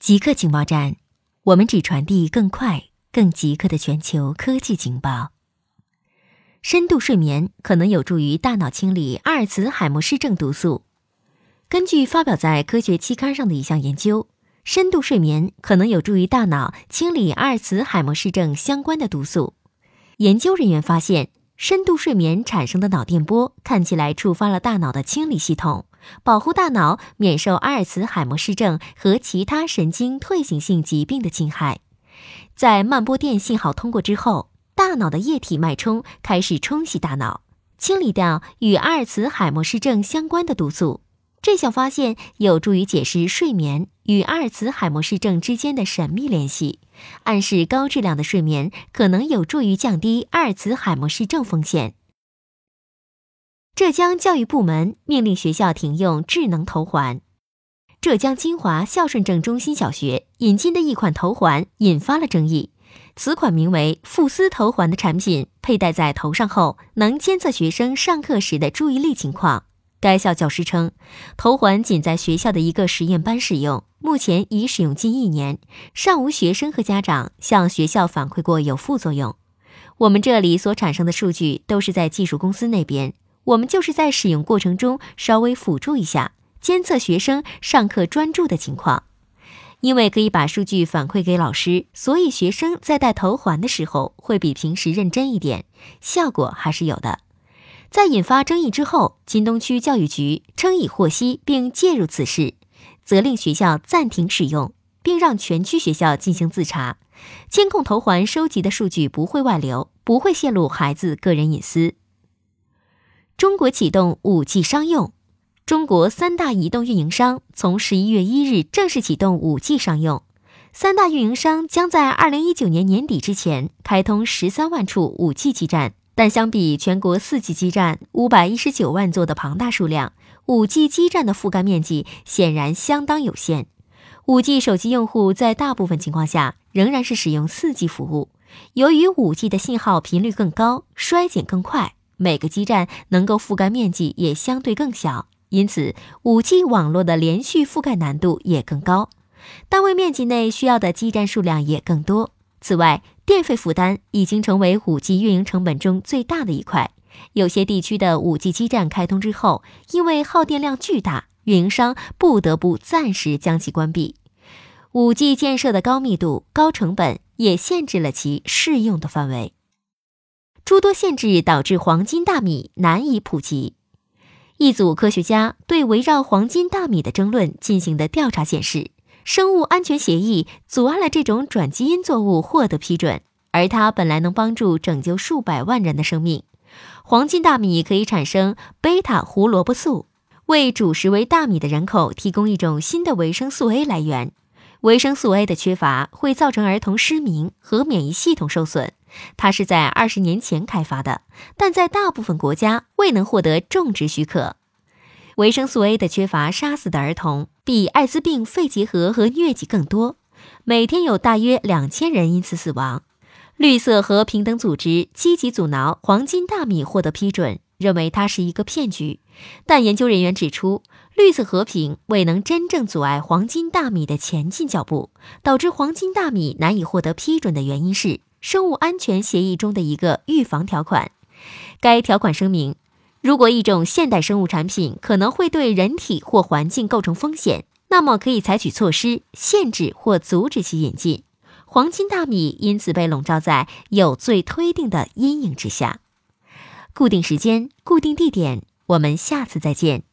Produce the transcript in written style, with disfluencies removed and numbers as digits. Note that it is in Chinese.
极客情报站，我们只传递更快、更极客的全球科技情报。深度睡眠可能有助于大脑清理阿尔茨海默氏症毒素。根据发表在科学期刊上的一项研究，深度睡眠可能有助于大脑清理阿尔茨海默氏症相关的毒素。研究人员发现，深度睡眠产生的脑电波看起来触发了大脑的清理系统，保护大脑免受阿尔茨海默氏症和其他神经退行性疾病的侵害。在慢波电信号通过之后，大脑的液体脉冲开始冲洗大脑，清理掉与阿尔茨海默氏症相关的毒素。这项发现有助于解释睡眠与阿尔茨海默氏症之间的神秘联系，暗示高质量的睡眠可能有助于降低阿尔茨海默氏症风险。浙江教育部门命令学校停用智能头环。浙江金华孝顺正中心小学引进的一款头环引发了争议。此款名为富斯头环的产品佩戴在头上后，能监测学生上课时的注意力情况。该校教师称，头环仅在学校的一个实验班使用，目前已使用近1年，尚无学生和家长向学校反馈过有副作用。我们这里所产生的数据都是在技术公司那边，我们就是在使用过程中稍微辅助一下，监测学生上课专注的情况。因为可以把数据反馈给老师，所以学生在戴头环的时候会比平时认真一点，效果还是有的。在引发争议之后，金东区教育局称已获悉并介入此事，责令学校暂停使用，并让全区学校进行自查，监控头环收集的数据不会外流，不会泄露孩子个人隐私。中国启动 5G 商用。中国3大移动运营商从11月1日正式启动 5G 商用。3大运营商将在2019年年底之前开通13万处 5G 基站，但相比全国4G 基站519万座的庞大数量， 5G 基站的覆盖面积显然相当有限。5G 手机用户在大部分情况下仍然是使用 4G 服务，由于 5G 的信号频率更高，衰减更快，每个基站能够覆盖面积也相对更小，因此 5G 网络的连续覆盖难度也更高，单位面积内需要的基站数量也更多。此外，电费负担已经成为 5G 运营成本中最大的一块。有些地区的 5G 基站开通之后，因为耗电量巨大，运营商不得不暂时将其关闭。5G 建设的高密度、高成本也限制了其适用的范围。诸多限制导致黄金大米难以普及。一组科学家对围绕黄金大米的争论进行的调查显示，生物安全协议阻碍了这种转基因作物获得批准，而它本来能帮助拯救数百万人的生命。黄金大米可以产生贝塔胡萝卜素，为主食为大米的人口提供一种新的维生素 A 来源。维生素 A 的缺乏会造成儿童失明和免疫系统受损。它是在20年前开发的，但在大部分国家未能获得种植许可。维生素 A 的缺乏杀死的儿童比艾滋病、肺结核和疟疾更多，每天有大约2000人因此死亡。绿色和平等组织积极阻挠黄金大米获得批准，认为它是一个骗局。但研究人员指出，绿色和平未能真正阻碍黄金大米的前进脚步，导致黄金大米难以获得批准的原因是生物安全协议中的一个预防条款。该条款声明，如果一种现代生物产品可能会对人体或环境构成风险，那么可以采取措施限制或阻止其引进。黄金大米因此被笼罩在有罪推定的阴影之下。固定时间，固定地点，我们下次再见。